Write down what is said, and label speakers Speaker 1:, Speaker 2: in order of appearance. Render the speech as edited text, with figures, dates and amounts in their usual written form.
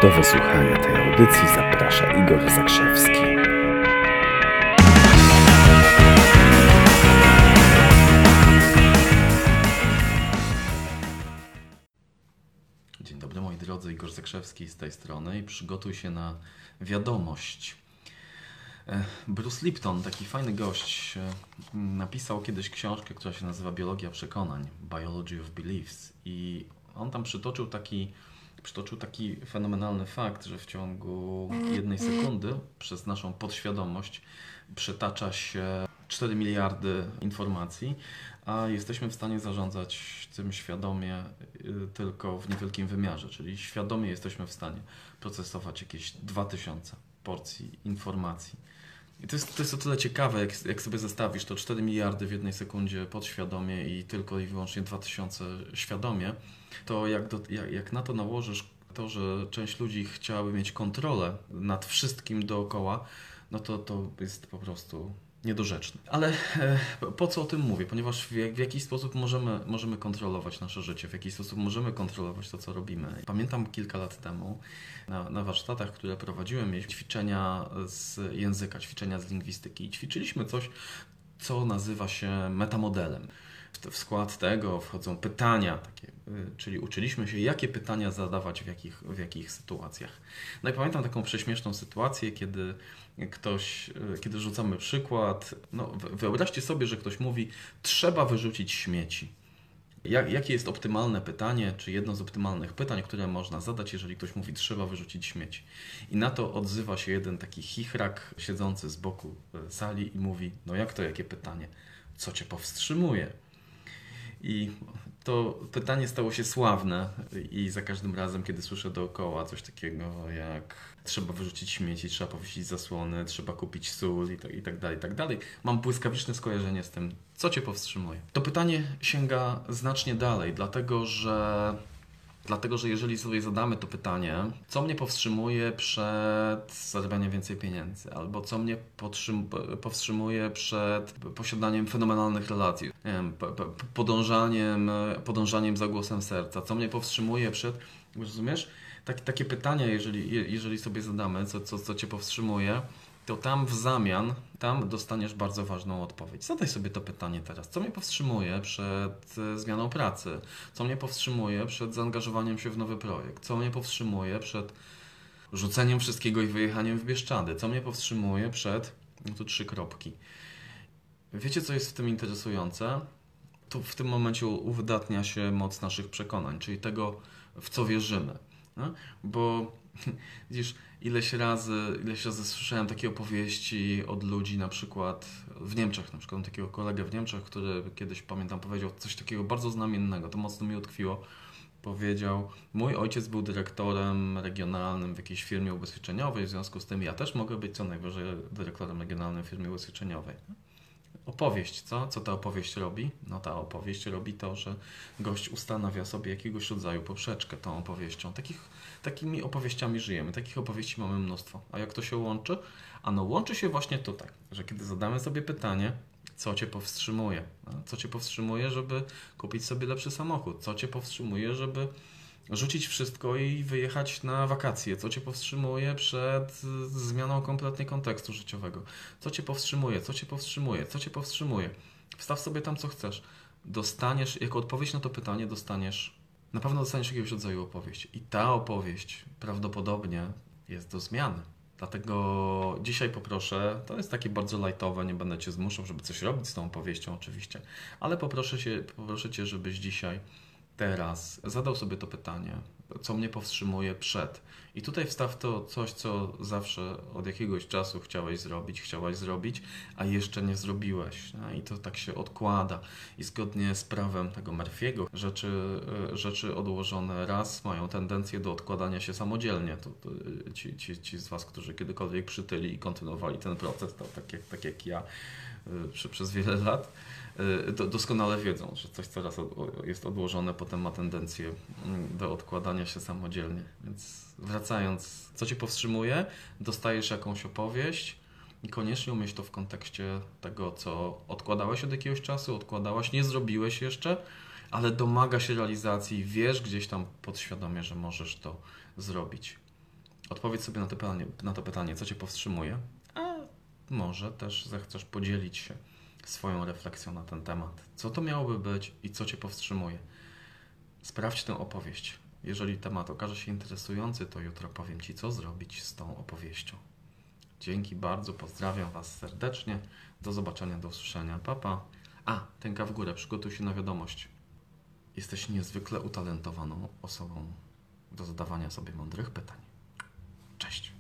Speaker 1: Do wysłuchania tej audycji zaprasza Igor Zakrzewski.
Speaker 2: Dzień dobry moi drodzy, Igor Zakrzewski z tej strony i przygotuj się na wiadomość. Bruce Lipton, taki fajny gość, napisał kiedyś książkę, która się nazywa Biologia przekonań, Biology of Beliefs, i on tam przytoczył taki fenomenalny fakt, że w ciągu 1 sekundy przez naszą podświadomość przetacza się 4 miliardy informacji, a jesteśmy w stanie zarządzać tym świadomie tylko w niewielkim wymiarze, czyli świadomie jesteśmy w stanie procesować jakieś 2000 porcji informacji. I to jest o tyle ciekawe, jak sobie zestawisz to 4 miliardy w 1 sekundzie podświadomie i tylko i wyłącznie 2000 świadomie, to jak na to nałożysz to, że część ludzi chciałaby mieć kontrolę nad wszystkim dookoła, no to jest po prostu niedorzeczne. Ale po co o tym mówię? Ponieważ w jakiś sposób możemy kontrolować nasze życie, w jakiś sposób możemy kontrolować to, co robimy. Pamiętam kilka lat temu na warsztatach, które prowadziłem, mieliśmy ćwiczenia z języka, ćwiczenia z lingwistyki i ćwiczyliśmy coś, co nazywa się metamodelem. W skład tego wchodzą pytania takie, czyli uczyliśmy się, jakie pytania zadawać w jakich sytuacjach. No i pamiętam taką prześmieszną sytuację, kiedy rzucamy przykład. No, wyobraźcie sobie, że ktoś mówi, trzeba wyrzucić śmieci. Jakie jest optymalne pytanie, czy jedno z optymalnych pytań, które można zadać, jeżeli ktoś mówi, trzeba wyrzucić śmieci. I na to odzywa się jeden taki chichrak siedzący z boku sali i mówi, no jak to, jakie pytanie? Co cię powstrzymuje? I to pytanie stało się sławne i za każdym razem, kiedy słyszę dookoła coś takiego jak trzeba wyrzucić śmieci, trzeba powiesić zasłony, trzeba kupić sól i tak dalej, mam błyskawiczne skojarzenie z tym, co cię powstrzymuje. To pytanie sięga znacznie dalej, dlatego że jeżeli sobie zadamy to pytanie, co mnie powstrzymuje przed zarabianiem więcej pieniędzy, albo co mnie powstrzymuje przed posiadaniem fenomenalnych relacji, nie wiem, podążaniem za głosem serca, co mnie powstrzymuje przed, rozumiesz? Takie pytania, jeżeli sobie zadamy, co cię powstrzymuje, to tam w zamian, dostaniesz bardzo ważną odpowiedź. Zadaj sobie to pytanie teraz. Co mnie powstrzymuje przed zmianą pracy? Co mnie powstrzymuje przed zaangażowaniem się w nowy projekt? Co mnie powstrzymuje przed rzuceniem wszystkiego i wyjechaniem w Bieszczady? Co mnie powstrzymuje przed... No tu 3 kropki. Wiecie, co jest w tym interesujące? Tu w tym momencie uwydatnia się moc naszych przekonań, czyli tego, w co wierzymy. No? Bo widzisz, ileś razy słyszałem takie opowieści od ludzi, na przykład w Niemczech, na przykład takiego kolegę w Niemczech, który kiedyś, pamiętam, powiedział coś takiego bardzo znamiennego, to mocno mi utkwiło. Powiedział, mój ojciec był dyrektorem regionalnym w jakiejś firmie ubezpieczeniowej, w związku z tym ja też mogę być co najwyżej dyrektorem regionalnym w firmie ubezpieczeniowej. Opowieść, co? Co ta opowieść robi? No ta opowieść robi to, że gość ustanawia sobie jakiegoś rodzaju poprzeczkę tą opowieścią. Takimi opowieściami żyjemy, takich opowieści mamy mnóstwo. A jak to się łączy? Ano łączy się właśnie tutaj, że kiedy zadamy sobie pytanie, co cię powstrzymuje? Co cię powstrzymuje, żeby kupić sobie lepszy samochód? Co cię powstrzymuje, żeby rzucić wszystko i wyjechać na wakacje? Co cię powstrzymuje przed zmianą kompletnie kontekstu życiowego? Co cię powstrzymuje? Co cię powstrzymuje? Co cię powstrzymuje? Wstaw sobie tam, co chcesz. Dostaniesz, jako odpowiedź na to pytanie na pewno dostaniesz jakiegoś rodzaju opowieść. I ta opowieść prawdopodobnie jest do zmiany. Dlatego dzisiaj poproszę, to jest takie bardzo lajtowe, nie będę cię zmuszał, żeby coś robić z tą opowieścią oczywiście, ale poproszę cię, żebyś dzisiaj, teraz zadał sobie to pytanie, co mnie powstrzymuje przed. I tutaj wstaw to coś, co zawsze od jakiegoś czasu chciałaś zrobić, a jeszcze nie zrobiłeś. No i to tak się odkłada. I zgodnie z prawem tego Murphy'ego, rzeczy odłożone raz mają tendencję do odkładania się samodzielnie. To ci z Was, którzy kiedykolwiek przytyli i kontynuowali ten proces, to tak jak ja przez wiele lat, doskonale wiedzą, że coś, co raz jest odłożone, potem ma tendencję do odkładania się samodzielnie. Więc wracając, co cię powstrzymuje? Dostajesz jakąś opowieść i koniecznie umieść to w kontekście tego, co odkładałeś od jakiegoś czasu, nie zrobiłeś jeszcze, ale domaga się realizacji, wiesz gdzieś tam podświadomie, że możesz to zrobić. Odpowiedz sobie na to pytanie, co Cię powstrzymuje, a może też zechcesz podzielić się swoją refleksją na ten temat. Co to miałoby być i co Cię powstrzymuje? Sprawdź tę opowieść. Jeżeli temat okaże się interesujący, to jutro powiem Ci, co zrobić z tą opowieścią. Dzięki bardzo, pozdrawiam Was serdecznie. Do zobaczenia, do usłyszenia. Pa. Tęka w górę, przygotuj się na wiadomość. Jesteś niezwykle utalentowaną osobą do zadawania sobie mądrych pytań. Cześć.